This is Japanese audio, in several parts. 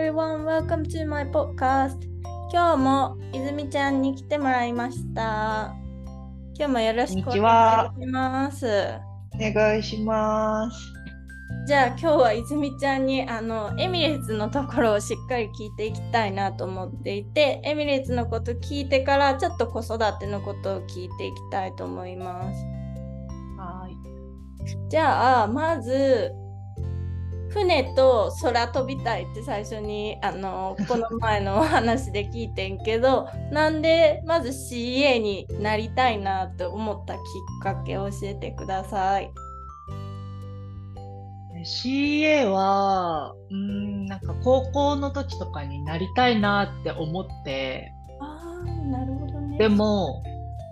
everyone, welcome to my podcast. 今日も泉ちゃんに来てもらいました。今日もよろしくお願いします。 お願いします。 じゃあ今日は泉ちゃんにエミレーツのところをしっかり聞いていきたいなと思っていて、エミレーツのこと聞いてからちょっと子育てのことを聞いていきたいと思います。 はい。 じゃあまず船と空飛びたいって最初にこの前のお話で聞いてんけどなんでまず CA になりたいなと思ったきっかけを教えてください。 CA はなんか高校の時とかになりたいなって思って、 なるほどね。 でも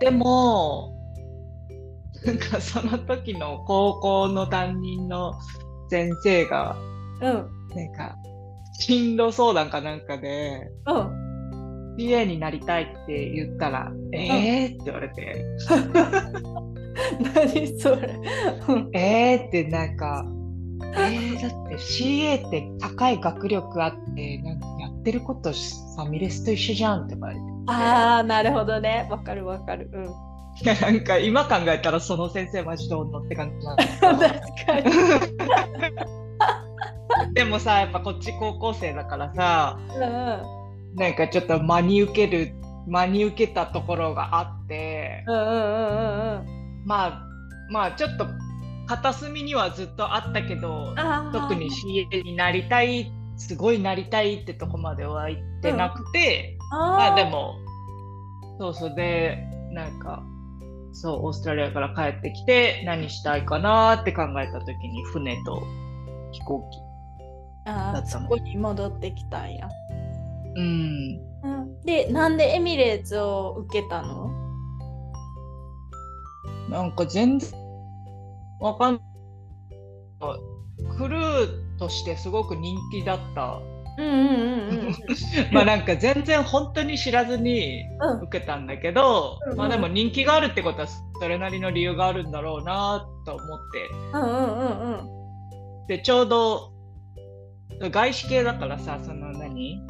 なんかその時の高校の担任の先生が、なんか進路相談かなんかで、CA になりたいって言ったら、って言われて何それってなんかだって CA って高い学力あってなんかやってることファミレスと一緒じゃんって言われて。 なるほどね。わかる。 なんか今考えたらその先生マジどうのって感じなんですけど確かにでもさ、やっぱこっち高校生だからさ、なんかちょっと真に受けたところがあって、まあちょっと片隅にはずっとあったけど、特に CA になりたい、すごいなりたいってとこまでは言ってなくて、でもそうで、なんかオーストラリアから帰ってきて何したいかなって考えた時に船と飛行機だったの。 そこに戻ってきたんや。 うんで、なんでエミレーツを受けたの？ なんか全然わかんない。クルーとしてすごく人気だった。まあなんか全然本当に知らずに受けたんだけど、まあでも人気があるってことはそれなりの理由があるんだろうなと思って、でちょうど外資系だからさ、その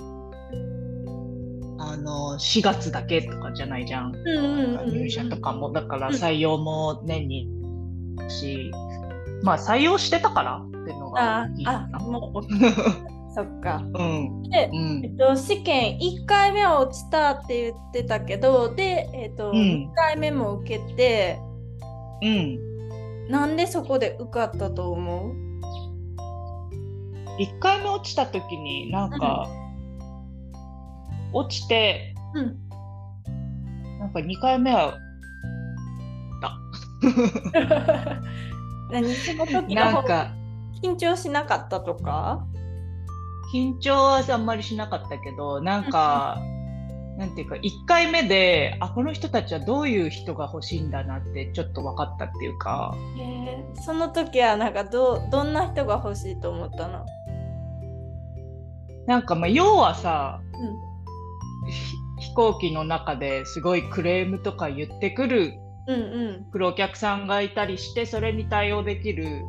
4月だけとかじゃないじゃん、入社とかも。だから採用も年にし、まあ採用してたからっていうのがいいかな。 そっか。で、試験1回目は落ちたって言ってたけど、で、2回目も受けて、なんでそこで受かったと思う ？1回目落ちた時になんか、落ちて、なんか2回目はその時なんか緊張しなかったとか？ 緊張はあんまりしなかったけど、なんかなんていうか1回目でこの人たちはどういう人が欲しいんだなってちょっと分かったっていうか。 その時はなんかどんな人が欲しいと思ったの？ なんか要はさ、飛行機の中ですごいクレームとか言ってくる来るお客さんがいたりして、それに対応できる、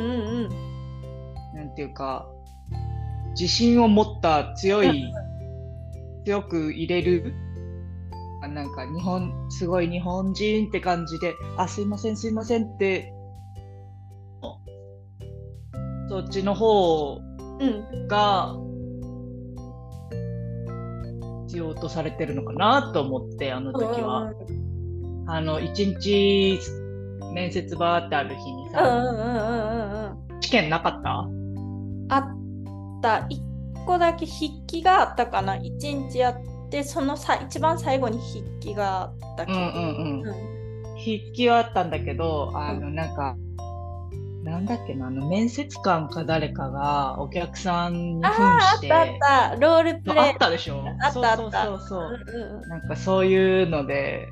なんていうか自信を持った強く入れる、なんかすごい日本人って感じで、すいませんってそっちの方が必要とされてるのかなと思って、あの時は。1日面接バーってある日にさ、試験なかった？ あった1個だけ筆記があったかな。1日やってその一番最後に筆記があったけど、 筆記はあったんだけど、なんかなんだっけな、面接官か誰かがお客さんに扮してあったロールプレイあったでしょ。そうなんかそういうので、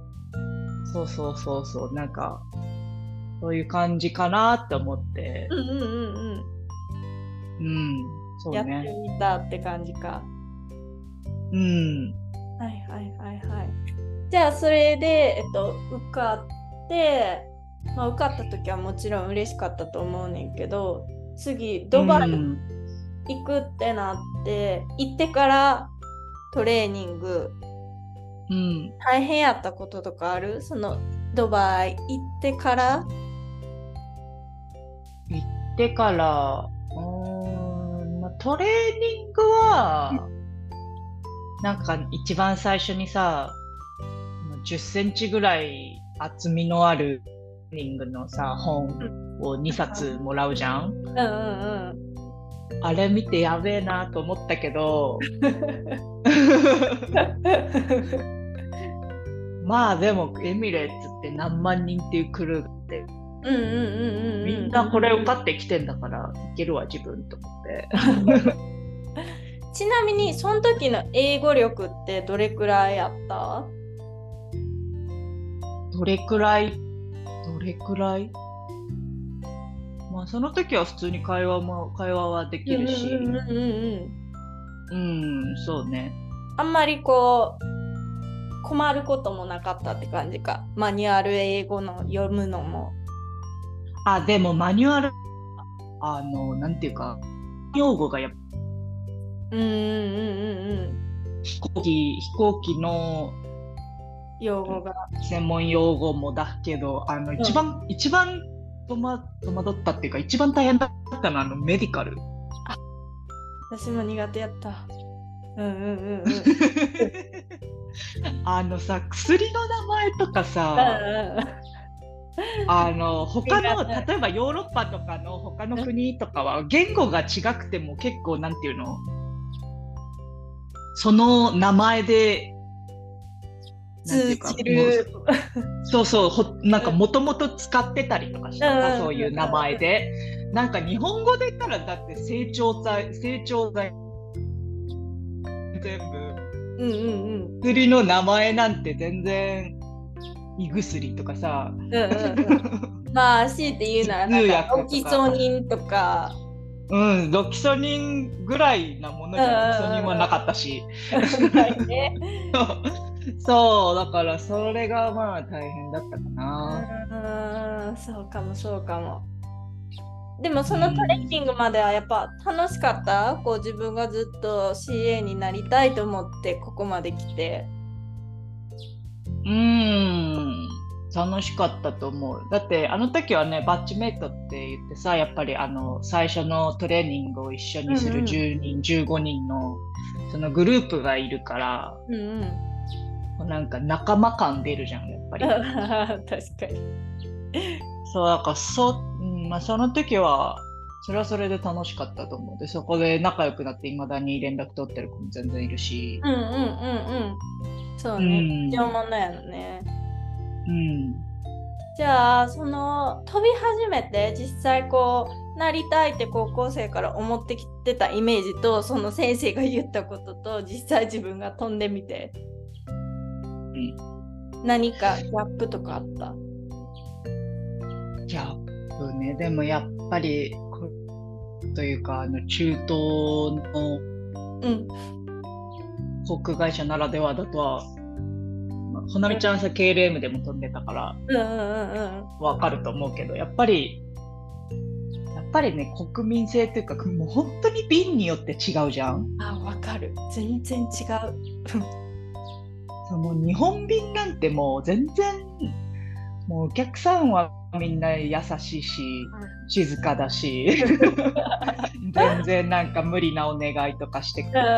そうなんかそういう感じかなって思って、そうね、 やってみたって感じか。じゃあそれで、受かって、受かった時はもちろん嬉しかったと思うねんけど、次ドバイ行くってなっって行ってからトレーニング、大変やったこととかある？そのドバイ行ってから？ 行ってから、トレーニングは、なんか一番最初にさ、10センチぐらい厚みのあるトレーニングのさ、本を2冊もらうじゃん。あれ見てやべえなと思ったけど、まあでもエミレーツって何万人っていうクルーがあって、みんなこれ受かってきてんだからいけるわ自分と思って。 ちなみにその時の英語力ってどれくらいあった？ どれくらいまあその時は普通に会話はできるし、そうね。 あんまりこう困ることもなかったって感じか。マニュアル英語の読むのも。 でもマニュアルなんていうか用語がやっぱ飛行機の用語が専門用語もだけど一番戸惑ったっていうか一番大変だったのはメディカル。 私も苦手やった。 さ薬の名前とかさ他の例えばヨーロッパとかの他の国とかは言語が違くても結構なんていうのその名前で通じる。 そうなんかもともと使ってたりとかしたそういう名前でなんか日本語で言ったらだって成長剤全部、薬の名前なんて全然胃薬とかさ、 まあ強いて言うならなんかロキソニンとか、 ロキソニンぐらいなものじゃロキソニンはなかったし、そうだからそれがまあ大変だったかな。 そうかも。でもそのトレーニングまではやっぱ楽しかった？こう自分がずっと CA になりたいと思ってここまで来て。 楽しかったと思う。だってあの時はねバッチメイトって言ってさやっぱり最初のトレーニングを一緒にする10人、15人のそのグループがいるから、なんか仲間感出るじゃんやっぱり。 確かに。 そうだからその時はそれはそれで楽しかったと思う。でそこで仲良くなって未だに連絡取ってる子も全然いるし。 そうね。必要ものやのね。じゃあその飛び始めて実際こうなりたいって高校生から思ってきてたイメージとその先生が言ったことと実際自分が飛んでみて、何かギャップとかあった？ ギャップね。でもやっぱりというか中東の航空会社ならではだとは、ほなみちゃんさ KLM でも飛んでたからわかると思うけど、やっぱりね国民性というかもう本当に便によって違うじゃん。 わかる。全然違う。 その日本便なんてもう全然もうお客さんはみんな優しいし、静かだし全然なんか無理なお願いとかしてくる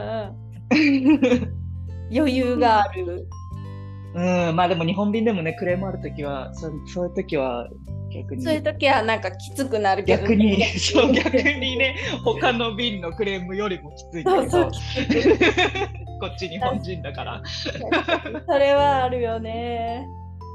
余裕がある。 まあでも日本便でもねクレームあるときはそういうときは逆にそういうときはなんかきつくなるけど、 逆にね他の便のクレームよりもきついけどこっち日本人だからそれはあるよね。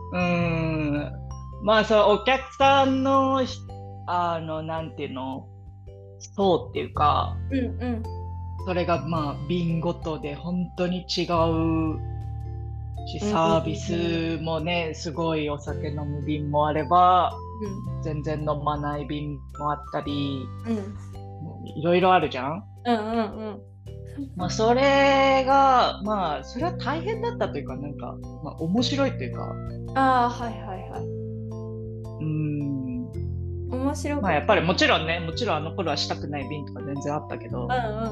まあそうお客さんのなんていうのそうっていうか、それがまあ便ごとで本当に違うし、サービスもねすごいお酒飲む便もあれば、全然飲まない便もあったり、いろいろあるじゃん。まあそれがまあそれは大変だったというかなんか、まあ、面白いというか。 面面白く、 まあやっぱりもちろんあの頃はしたくない便とか全然あったけど、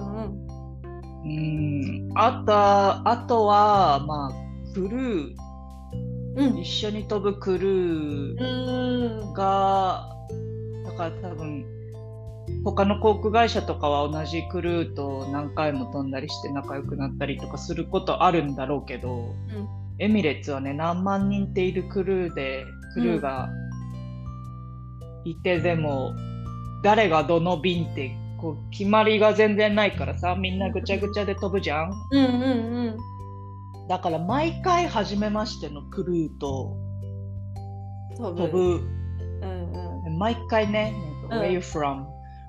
あとはまあクルー、一緒に飛ぶクルーが、だから多分他の航空会社とかは同じクルーと何回も飛んだりして仲良くなったりとかすることあるんだろうけど、エミレッツはね、何万人っているクルーがいて、でも誰がどの便ってこう決まりが全然ないからさ、みんなぐちゃぐちゃで飛ぶじゃん。だから毎回初めましてのクルーと飛ぶ、毎回ね、Where you from?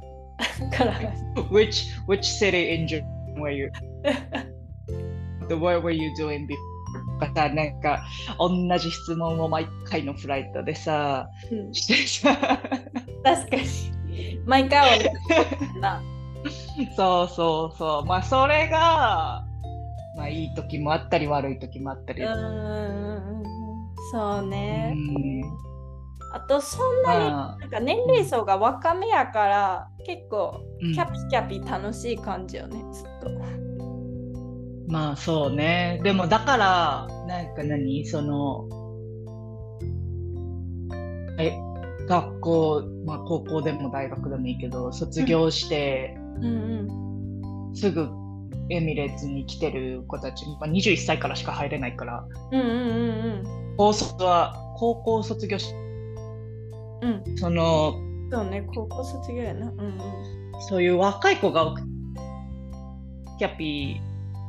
which city in Japan were you? What were you doing before? なんか同じ質問を毎回のフライトでさ、してさ確かに毎回はそうまあそれがまあいい時もあったり悪い時もあったり、 そうね、あとそんなになんか年齢層が若めやから結構キャピキャピ楽しい感じよね、ずっと。 まあそうね。でもだからなんかその学校、まあ高校でも大学でもいいけど卒業して、すぐエミレッツに来てる子たち、まあ、21歳からしか入れないから、高校卒業し、 そうね、高校卒業やな、 そういう若い子が多くキャピ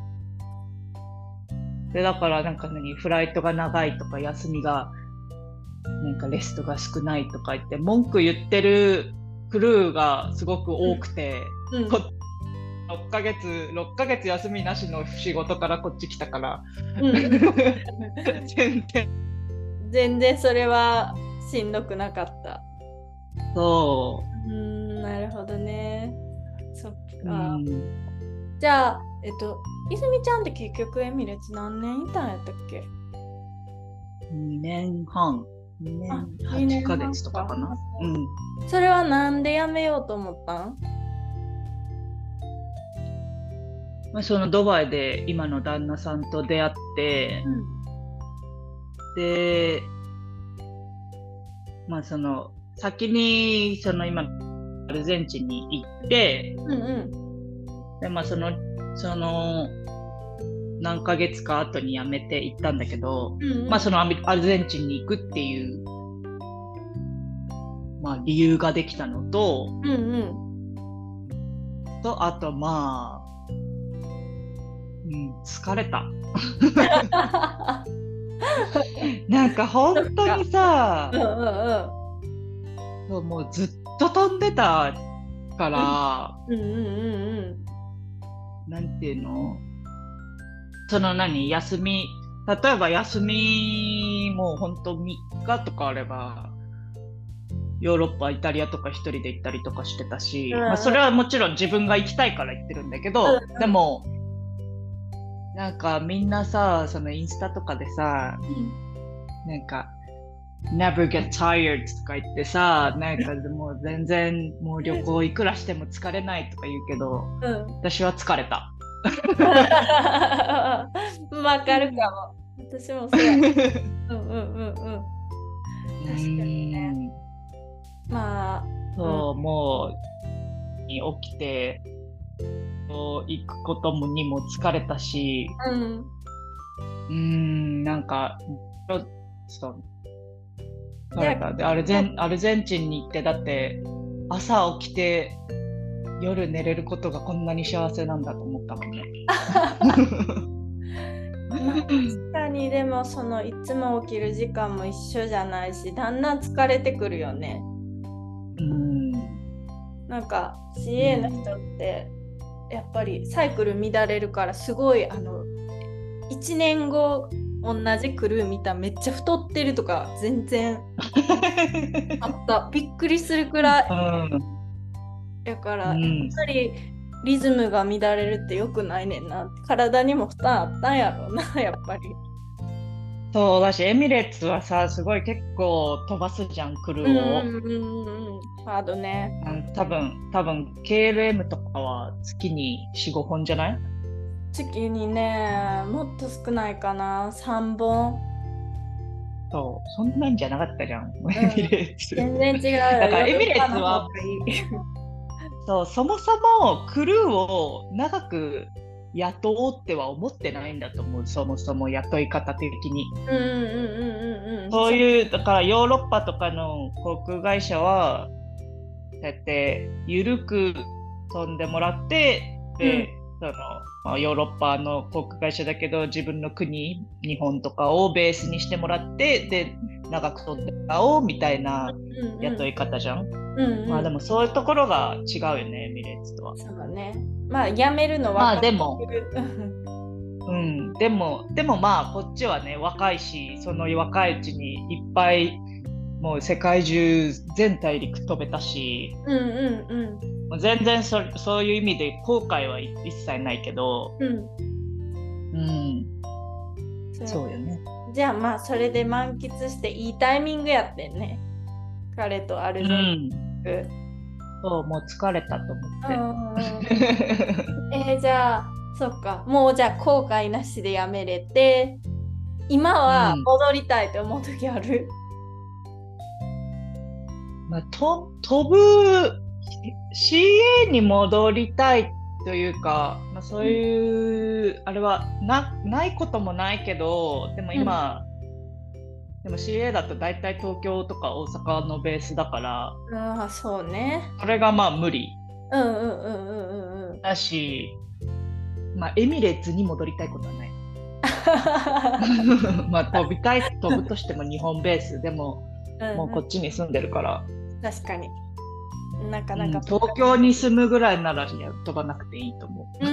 ーで、だからなんかフライトが長いとか休みがなんかレストが少ないとか言って文句言ってるクルーがすごく多くて、6ヶ月休みなしの仕事からこっち来たから、 全然それはしんどくなかった。 そう。 なるほどね。そっか。じゃあ泉ちゃんって結局エミレッツ何年いたんやったっけ ？2年半。2年8ヶ月とかかな。 それはなんで辞めようと思ったん？ そのドバイで今の旦那さんと出会って、で、まあその先にその今アルゼンチンに行って、でまあその何ヶ月か後に辞めて行ったんだけど、まあそのアルゼンチンに行くっていうまあ理由ができたのと、とあとまあ。疲れたなんか本当にさ、もうずっと飛んでたから、なんていうの、その休み、例えば休みもう本当3日とかあればヨーロッパ、イタリアとか一人で行ったりとかしてたし、まあそれはもちろん自分が行きたいから行ってるんだけど、でもなんかみんなさ、そのインスタとかでさ、なんか never get tired とか言ってさ、なんかもう全然もう旅行いくらしても疲れないとか言うけど、私は疲れた。 わかるかも。私もそうや。確かにね。まあ、 そう、もうに起きて行くことにも疲れたし、なんかそう疲れた。でアルゼンチンに行って、だって朝起きて夜寝れることがこんなに幸せなんだと思ったもんね。 確かに。でもそのいつも起きる時間も一緒じゃないし、だんだん疲れてくるよね。なんか CA の人ってやっぱりサイクル乱れるから、すごい1年後同じクルー見たらめっちゃ太ってるとか全然あった。びっくりするくらい。だから、やっぱりリズムが乱れるって良くないねんな。体にも負担あったんやろうな、やっぱり。 そうだし、エミレッツはさ、すごい結構飛ばすじゃん、クルーを。 ハードね。 多分 KLM とかは月に4、5本じゃない？ 月にね、もっと少ないかな、3本。 そう、そんなんじゃなかったじゃん、エミレッツ。 全然違うだからよ。 エミレッツヨーロッパの方は、 がいい。 そう、そもそもクルーを長く雇おうっては思ってないんだと思う、そもそも雇い方的に。そういう、だからヨーロッパとかの航空会社は、そうやって緩く飛んでもらって、で、ヨーロッパの航空会社だけど、自分の国、日本とかをベースにしてもらって、で、長く飛んでもらおうみたいな雇い方じゃん。まあでもそういうところが違うよね、エミレーツとは。 そうだね。まあ辞めるのはまあでも、でもまあこっちはね、若いし、その若いうちにいっぱいもう世界中全大陸飛べたし、もう全然そういう意味で後悔は一切ないけど、そうよね。 じゃあまあそれで満喫していいタイミングやってんね。彼とアルゼンチン。 そう、もう疲れたと思って。 じゃあそっか、もうじゃあ後悔なしでやめれて、今は戻りたいと思う時ある？ まあ、飛ぶ CA に戻りたいというか、まあ、そういうあれはないこともないけど、でも今、でも CA だと大体東京とか大阪のベースだから、 そうね。 それがまあ無理だし、まあエミレッツに戻りたいことはない。まあ飛ぶとしても日本ベースでも、もうこっちに住んでるから。 確かに。なかなか、 東京に住むぐらいなら飛ばなくていいと思う。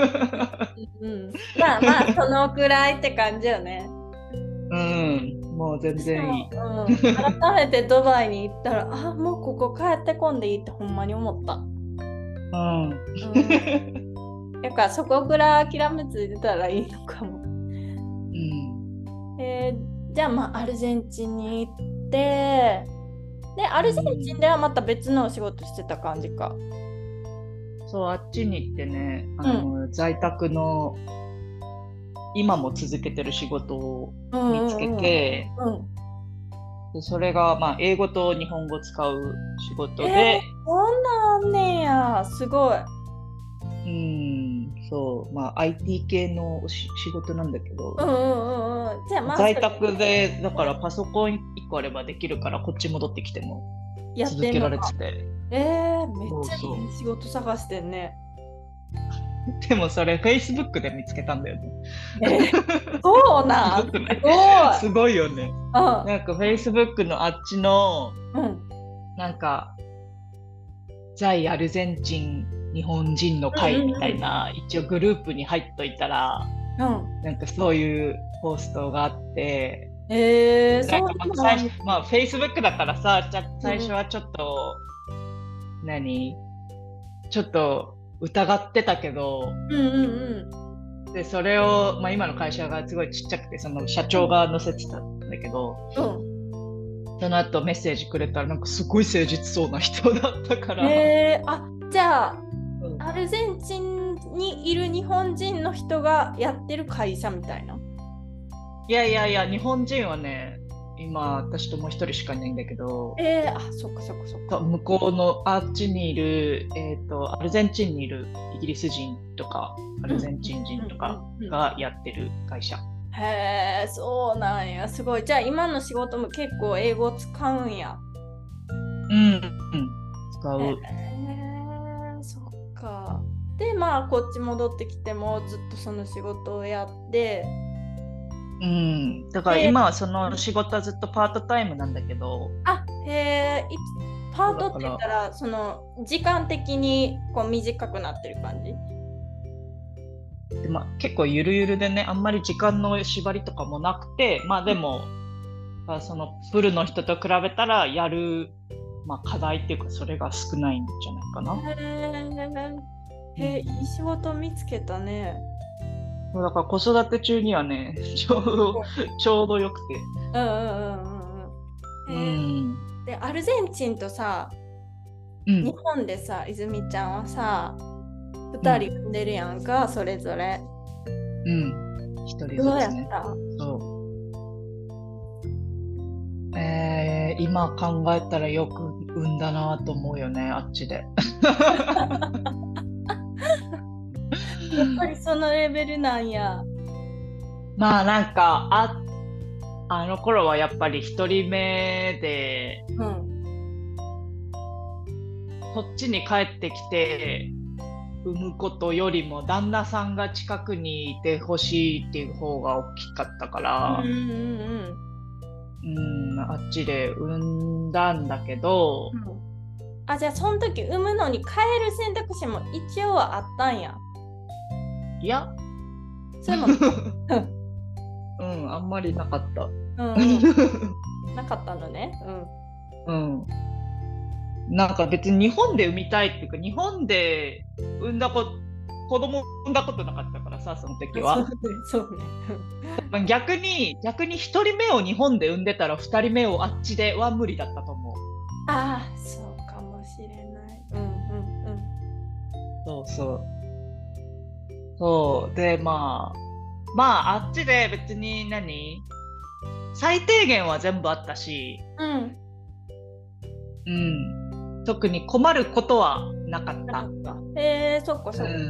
まあまあそのくらいって感じよね。 もう全然いい。 改めてドバイに行ったら、もうここ帰ってこんでいいってほんまに思った。だからそこくらい諦めついてたらいいのかも。じゃあまあアルゼンチンに行って、でアルゼンチンではまた別のお仕事してた感じか。 そう、あっちに行ってね、在宅の今も続けてる仕事を見つけて、でそれがまあ英語と日本語使う仕事で、 そんなんあんねんや、すごい。 そう、まあ IT 系の仕事なんだけど、 じゃあまあ在宅でだからパソコン1個あればできるから、こっち戻ってきても続けられてて。 めっちゃいい仕事探してんね。 でもそれ Facebook で見つけたんだよね。 そうなんすごいよね。なんか Facebook のあっちの、なんか在アルゼンチン日本人の会みたいな、一応グループに入っといたら、なんかそういうポストがあって、まあ Facebook だからさ、最初はちょっと、ちょっと疑ってたけど、でそれを、まあ、今の会社がすごいちっちゃくて、その社長が載せてたんだけど、その後メッセージくれたらなんかすごい誠実そうな人だったから。 じゃあ、アルゼンチンにいる日本人の人がやってる会社みたいな？ いや、日本人はね、今私ともう一人しかいないんだけど、 そっか。 向こうのあっちにいる、アルゼンチンにいるイギリス人とかアルゼンチン人とかがやってる会社。 へえ、そうなんや、すごい。じゃあ今の仕事も結構英語使うんや。 使う。 そっか。でまあこっち戻ってきてもずっとその仕事をやって、 だから今はその仕事はずっとパートタイムなんだけど。 パートって言ったらその時間的にこう短くなってる感じ？ で結構ゆるゆるでね、あんまり時間の縛りとかもなくて、まあでも、そのフルの人と比べたらやる、課題っていうかそれが少ないんじゃないかな。 いい仕事見つけたね。 だから子育て中にはね、ちょうどよくて。 で、アルゼンチンとさ、日本でさ、泉ちゃんはさ、2人産んでるやんか、それぞれ。 1人ずつね。 どうやった？ そう。今考えたらよく産んだなと思うよね、あっちで。 やっぱりそのレベルなんや。 まあなんかあの頃はやっぱり1人目で、こっちに帰ってきて産むことよりも旦那さんが近くにいてほしいっていう方が大きかったから、あっちで産んだんだけど、 じゃあその時産むのに変える選択肢も一応はあったんや。 いや、 それもあんまりなかった。 なかったのね。 なんか別に日本で産みたいっていうか、日本で子供産んだことなかったからさ、その時は。 そうね。逆に1人目を日本で産んでたら2人目をあっちでは無理だったと思う。 そうかもしれない。 そうで、まああっちで別に最低限は全部あったし、特に困ることはなかった。 そっか。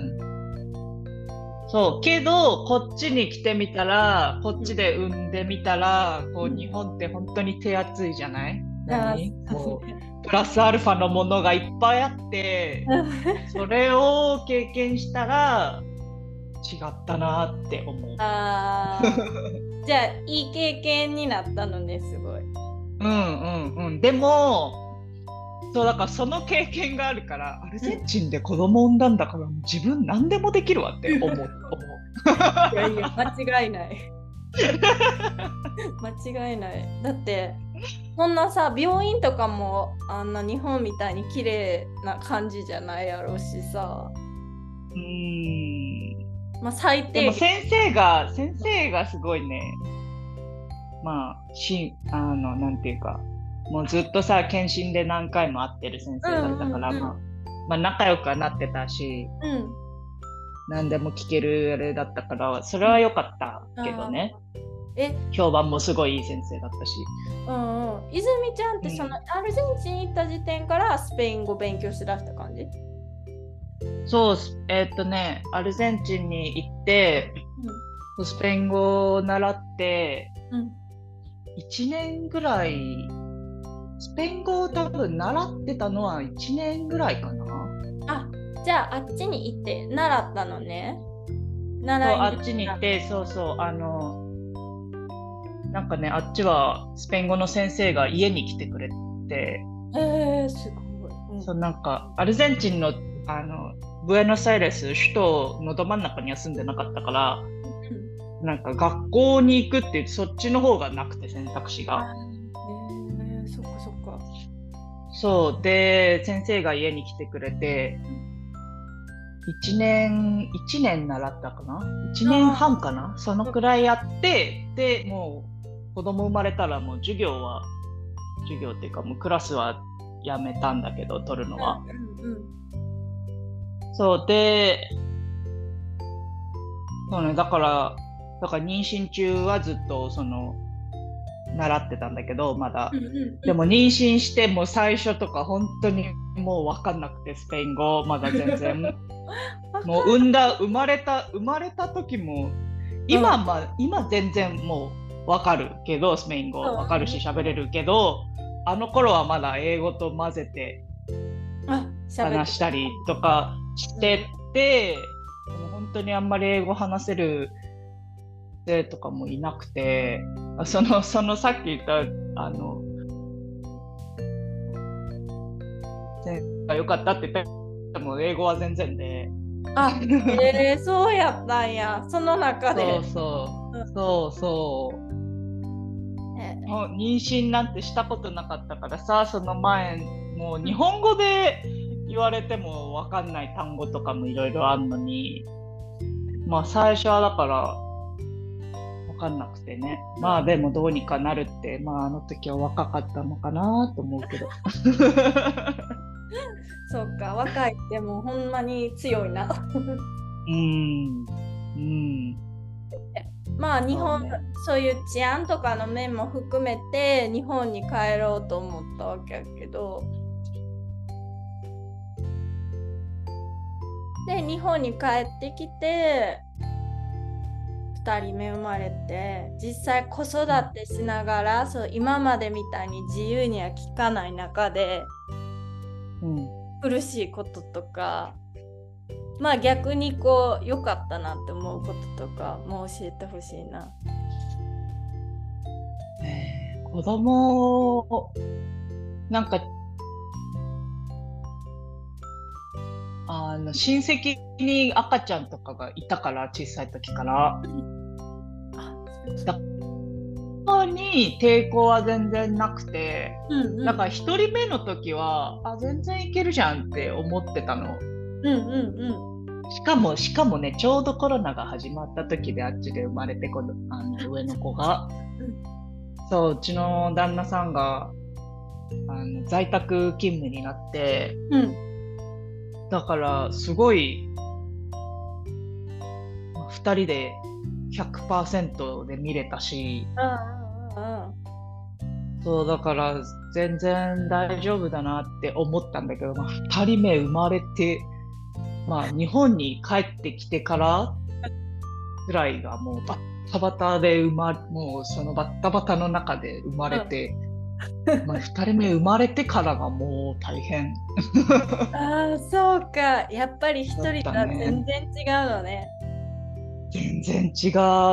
そうけどこっちに来てみたら、こっちで産んでみたら、日本って本当に手厚いじゃない？もうプラスアルファのものがいっぱいあってそれを経験したら違ったなって思う。 じゃあいい経験になったのね、すごい。 でもそうだからその経験があるから、アルゼンチンで子供産んだんだから自分何でもできるわって思う。いや間違いない間違いない。だってそんなさ、病院とかもあんな日本みたいに綺麗な感じじゃないやろしさ。最低でも先生がすごいね、なんていうか、もうずっとさ検診で何回も会ってる先生だったから、仲良くはなってたし、何でも聞けるあれだったから、それは良かったけどね。評判もすごいいい先生だったし。 泉ちゃんってそのアルゼンチン行った時点からスペイン語勉強しだした感じ？ そう、アルゼンチンに行って、スペイン語を習って、1年ぐらい、スペイン語を多分習ってたのは1年ぐらいかな。 じゃああっちに行って習ったのね。 あっちに行って、なんかね、あっちはスペイン語の先生が家に来てくれて、 すごい。 なんかアルゼンチンのブエノスアイレス首都のど真ん中には住んでなかったから、なんか学校に行くっていうそっちの方がなくて、選択肢が。 そっか。 そうで、先生が家に来てくれて1年習ったかな、1年半かな、そのくらいやって、でもう子供生まれたらもう授業っていうか、もうクラスはやめたんだけど、取るのは。そうで、だから妊娠中はずっと習ってたんだけど、まだ。でも妊娠しても最初とか本当にもう分かんなくて、スペイン語まだ全然もう生まれた時も今全然もう分かるけど、スペイン語分かるし喋れるけど、あの頃はまだ英語と混ぜて話したりとかしてて、でも本当にあんまり英語話せる生とかもいなくて、そのさっき言ったが良かったって言っても英語は全然で。 そうやったんや、その中で。 妊娠なんてしたことなかったからさ、その前もう日本語で言われても分かんない単語とかもいろいろあるのに、 まあ最初はだから分かんなくてね、まあでもどうにかなるって、まああの時は若かったのかなと思うけどそうか、若いってもうほんまに強いなまあ日本、そういう治安とかの面も含めて日本に帰ろうと思ったわけやけど、で日本に帰ってきて2人目生まれて、実際子育てしながら、そう今までみたいに自由には聞かない中で、苦しいこととか、まあ逆にこう良かったなって思うこととかも教えてほしいな。 子供なんか親戚に赤ちゃんとかがいたから、小さい時からに抵抗は全然なくて、だから1人目の時は全然いけるじゃんって思ってたの。しかもね、ちょうどコロナが始まった時で、あっちで生まれて上の子が、そう、うちの旦那さんが在宅勤務になって、だからすごい2人で 100% で見れたし、そうだから全然大丈夫だなって思ったんだけど、2人目生まれて、日本に帰ってきてからくらいがもうバッタバタでもうそのバッタバタの中で生まれて、2人目生まれてからがもう大変そうか、やっぱり1人とは全然違うのね。 全然違う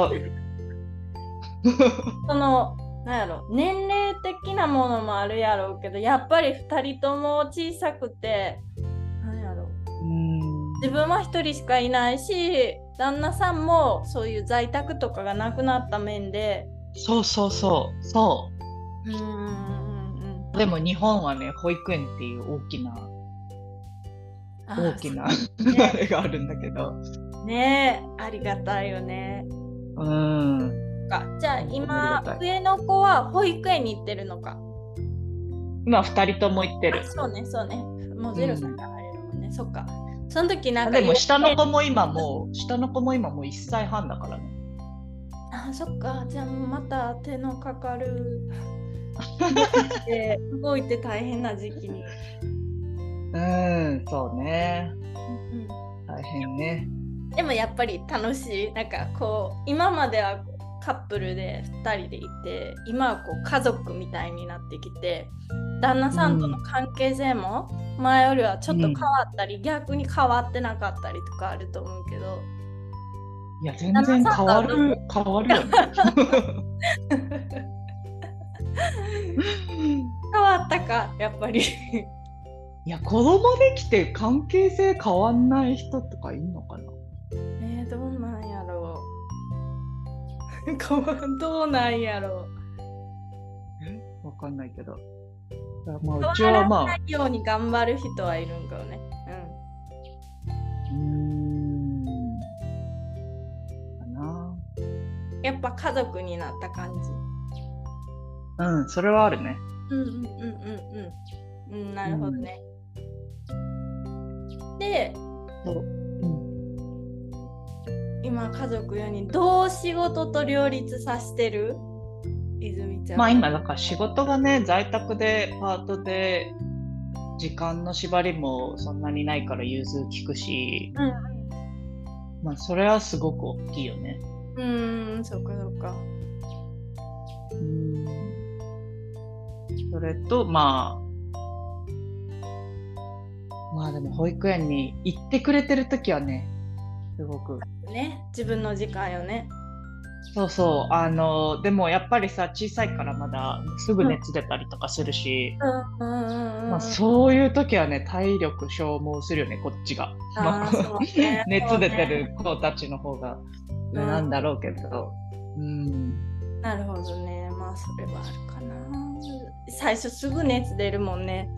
なんやろ、年齢的なものもあるやろうけど、やっぱり2人とも小さくて、なんやろ、自分は1人しかいないし、旦那さんもそういう在宅とかがなくなった面で、 でも日本はね、保育園っていう大きなあれがあるんだけどねえ、ありがたいよね。じゃあ今上の子は保育園に行ってるのか。 今2人とも行ってる。 そうね、もう0歳から入れるもんね。そっか。その時なんかでも下の子も今もう1歳半だからね。 そっか。じゃあまた手のかかる動いて大変な時期に。 そうね。大変ね。 でもやっぱり楽しい。なんかこう今まではカップルで2人でいて、今はこう家族みたいになってきて、旦那さんとの関係性も前よりはちょっと変わったり、逆に変わってなかったりとかあると思うけど。 いや全然変わるよね変わったか、やっぱりいや子供できて関係性変わんない人とかいんのかな。 どうなんやろうどうなんやろう。わかんないけど。 うちは変わらないように頑張る人はいるんかよね。 かな。 やっぱ家族になった感じ。 それはあるね。 なるほどね。で、今家族4人どう仕事と両立させてる？泉ちゃん。 今だから仕事がね、在宅でパートで時間の縛りもそんなにないから融通きくし、それはすごく大きいよね。 そうか。 それとでも保育園に行ってくれてるときはね、すごくね、自分の時間よね。 でもやっぱりさ、小さいからまだすぐ熱出たりとかするし、そういう時はね、体力消耗するよね、こっちが。熱出てる子たちの方がなんだろうけど。 なるほどね。それはあるかな。最初すぐ熱出るもんね。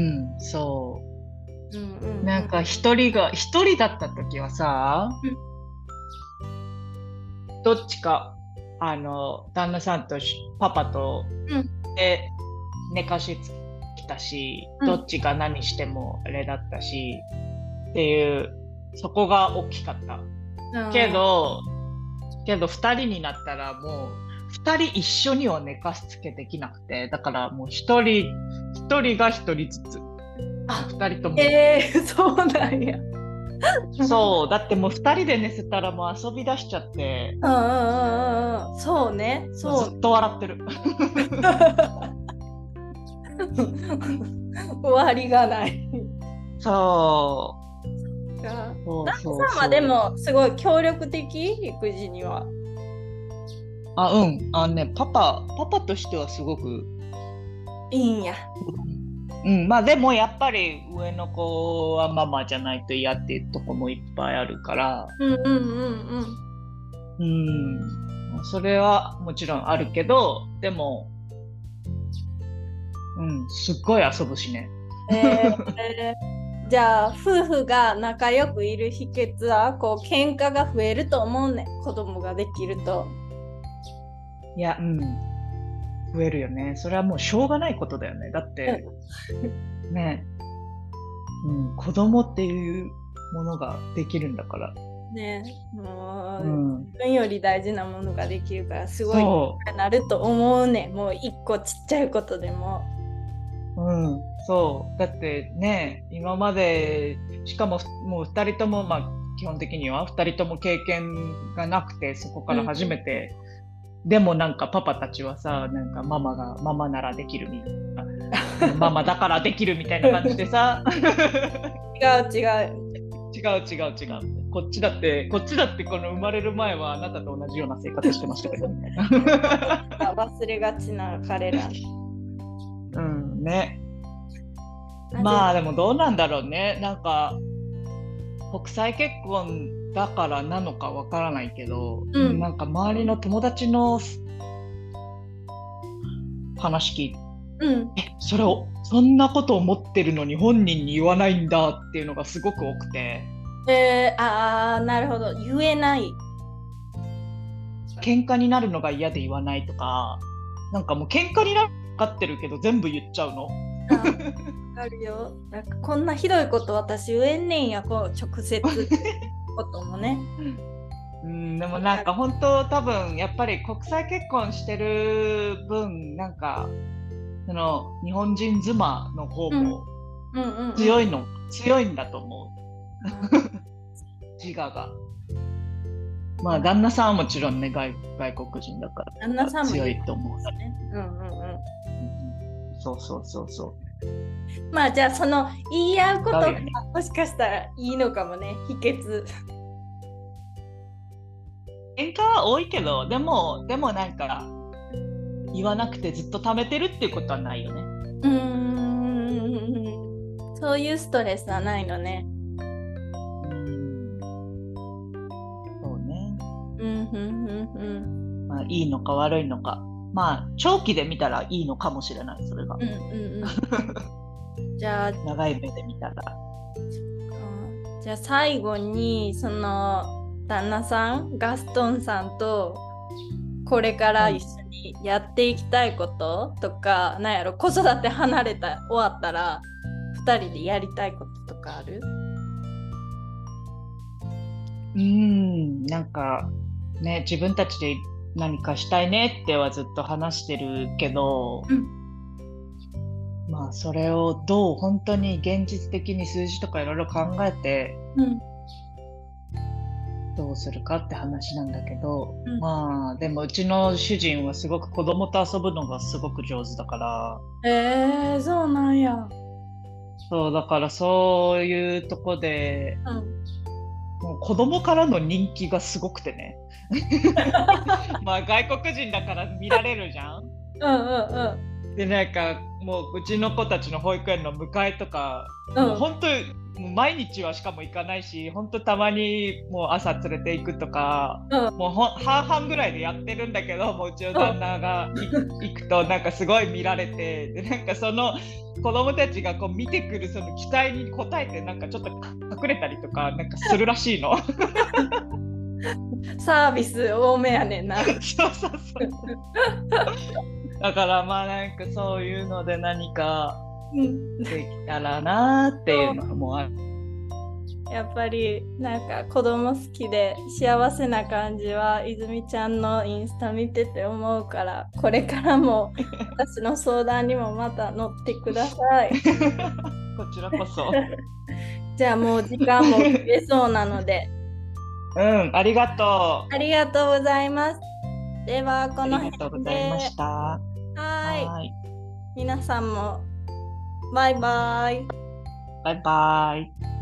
そう。なんか一人だった時はさ、 どっちか旦那さんとパパとで寝かしつきたし、どっちが何してもあれだったしっていうそこが大きかった。けど2人になったらもう2人一緒には寝かしつけできなくて、だからもう1人が1人ずつ。2人とも。 そうなんや。 そうだってもう2人で寝せたらもう遊び出しちゃって。 そうね。そうずっと笑ってる。 終わりがない。 そう。 旦那さんはでもすごい協力的、育児には。 パパとしてはすごくいいんや。 まあでもやっぱり上の子はママじゃないと嫌っていうとこもいっぱいあるから、それはもちろんあるけど、でもすっごい遊ぶしね。 じゃあ夫婦が仲良くいる秘訣はこう喧嘩が増えると思うね、子供ができると。 いや、増えるよね。それはもうしょうがないことだよね。だってね、子供っていうものができるんだからね。もう、自分より大事なものができるからすごいなると思うね。もう一個ちっちゃいことでも。 そうだってね、今までしかももう2人とも基本的には2人とも経験がなくて、そこから初めて、でもなんかパパたちはさ、なんかママならできるみたいなママだからできるみたいな感じでさ違うこっちだってこの生まれる前はあなたと同じような生活してましたけどみたいな忘れがちな彼ら。 ね。まあでもどうなんだろうね。なんか国際結婚だからなのかわからないけど、なんか周りの友達の話聞いて、そんなこと思ってるのに本人に言わないんだっていうのがすごく多くて。 なるほど。言えない。 喧嘩になるのが嫌で言わないとか、なんかもう喧嘩になるの分かってるけど全部言っちゃうの。 あるよ。なんかこんなひどいこと私言えんねんや、こう直接こともね。 でもなんか本当多分やっぱり国際結婚してる分、なんかその日本人妻の方も強いんだと思う。自我が。まあ旦那さんはもちろんね、外国人だから強いと思うね。そう。 まあじゃあその言い合うことがもしかしたらいいのかもね、秘訣。 喧嘩は多いけど、でもなんか言わなくてずっと溜めてるっていうことはないよね。 そういうストレスはないのね。 そうね。まあいいのか悪いのか。まあ長期で見たらいいのかもしれない、それが。 じゃあ長い目で見たら。 じゃあ最後にその旦那さんガストンさんとこれから一緒にやっていきたいこととか、なんやろ、子育て終わったら2人でやりたいこととかある？ なんかね、自分たちで何かしたいねってはずっと話してるけど、まあそれをどう本当に現実的に数字とかいろいろ考えて、どうするかって話なんだけど、まあでもうちの主人はすごく子供と遊ぶのがすごく上手だから。 そうなんや。 そうだからそういうとこで、もう子供からの人気がすごくてねまあ外国人だから見られるじゃん。でなんかもううちの子たちの保育園の迎えとか、もう本当に毎日はしかも行かないし、本当たまにもう朝連れて行くとか、もう半々ぐらいでやってるんだけど、もううちの旦那が行くとなんかすごい見られて、でなんかその子供たちがこう見てくるその期待に応えてなんかちょっと隠れたりとかなんかするらしいのサービス多めやねんな。 そうそうそう。だからまあなんかそういうので何かできたらなっていうのもある。 やっぱりなんか子供好きで幸せな感じは泉ちゃんのインスタ見てて思うから、これからも私の相談にもまた乗ってください。 こちらこそ。 じゃあもう時間も切れそうなので。 うん、ありがとう。 ありがとうございます。ではこのありがとうございました。 はい。皆さんもバイバイ。 バイバイ。